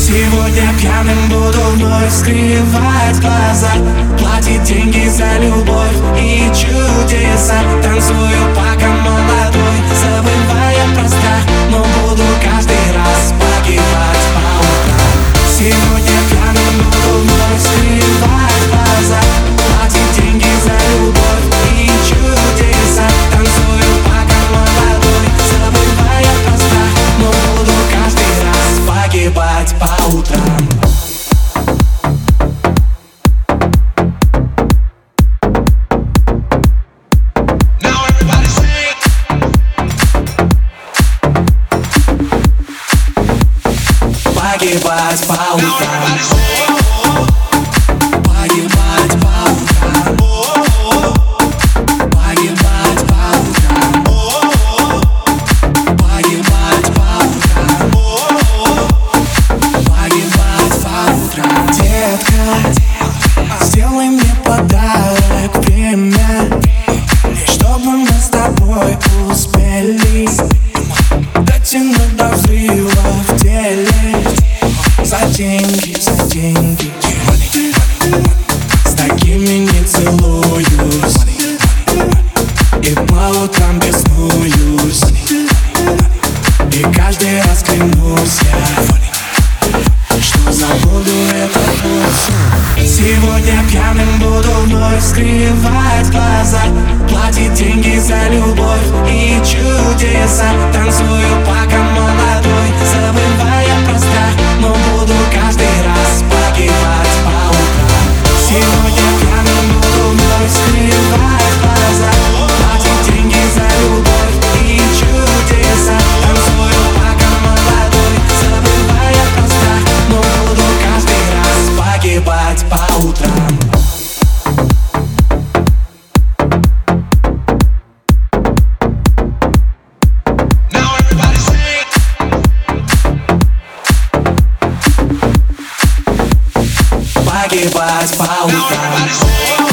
Сегодня пьяным буду вновь скрывать глаза, платить деньги за любовь и чудеса. Танцую пока молодой, забывая про страх, но буду каждый раз погибать по утрам. Сегодня пьяным буду вновь скрывать глаза, платить деньги за любовь и чудеса. Танцую пока молодой, забывая про страх, но буду каждый раз погибать по утрам. Погибать по утрам. Погибать по утрам. Погибать по утрам. Погибать по утрам. Погибать по утрам. Детка, сделай мне подарок, время, чтобы мы с тобой успели дотянуть до взрыва в теле. За деньги, за деньги. С такими не целуюсь и по утрам беснуюсь. И каждый раз клянусь я, что забуду этот путь. Сегодня пьяным буду вновь скрывать глаза, платить деньги за любовь и чудеса. Танцую пока молодой, забывая про страх, но буду каждый раз погибать по утрам. Сегодня пьяным буду вновь скрывать глаза, платить деньги за любовь и чудеса. Танцую пока молодой, забывая про страх, но буду каждый раз погибать по утрам. Погибать по утрам.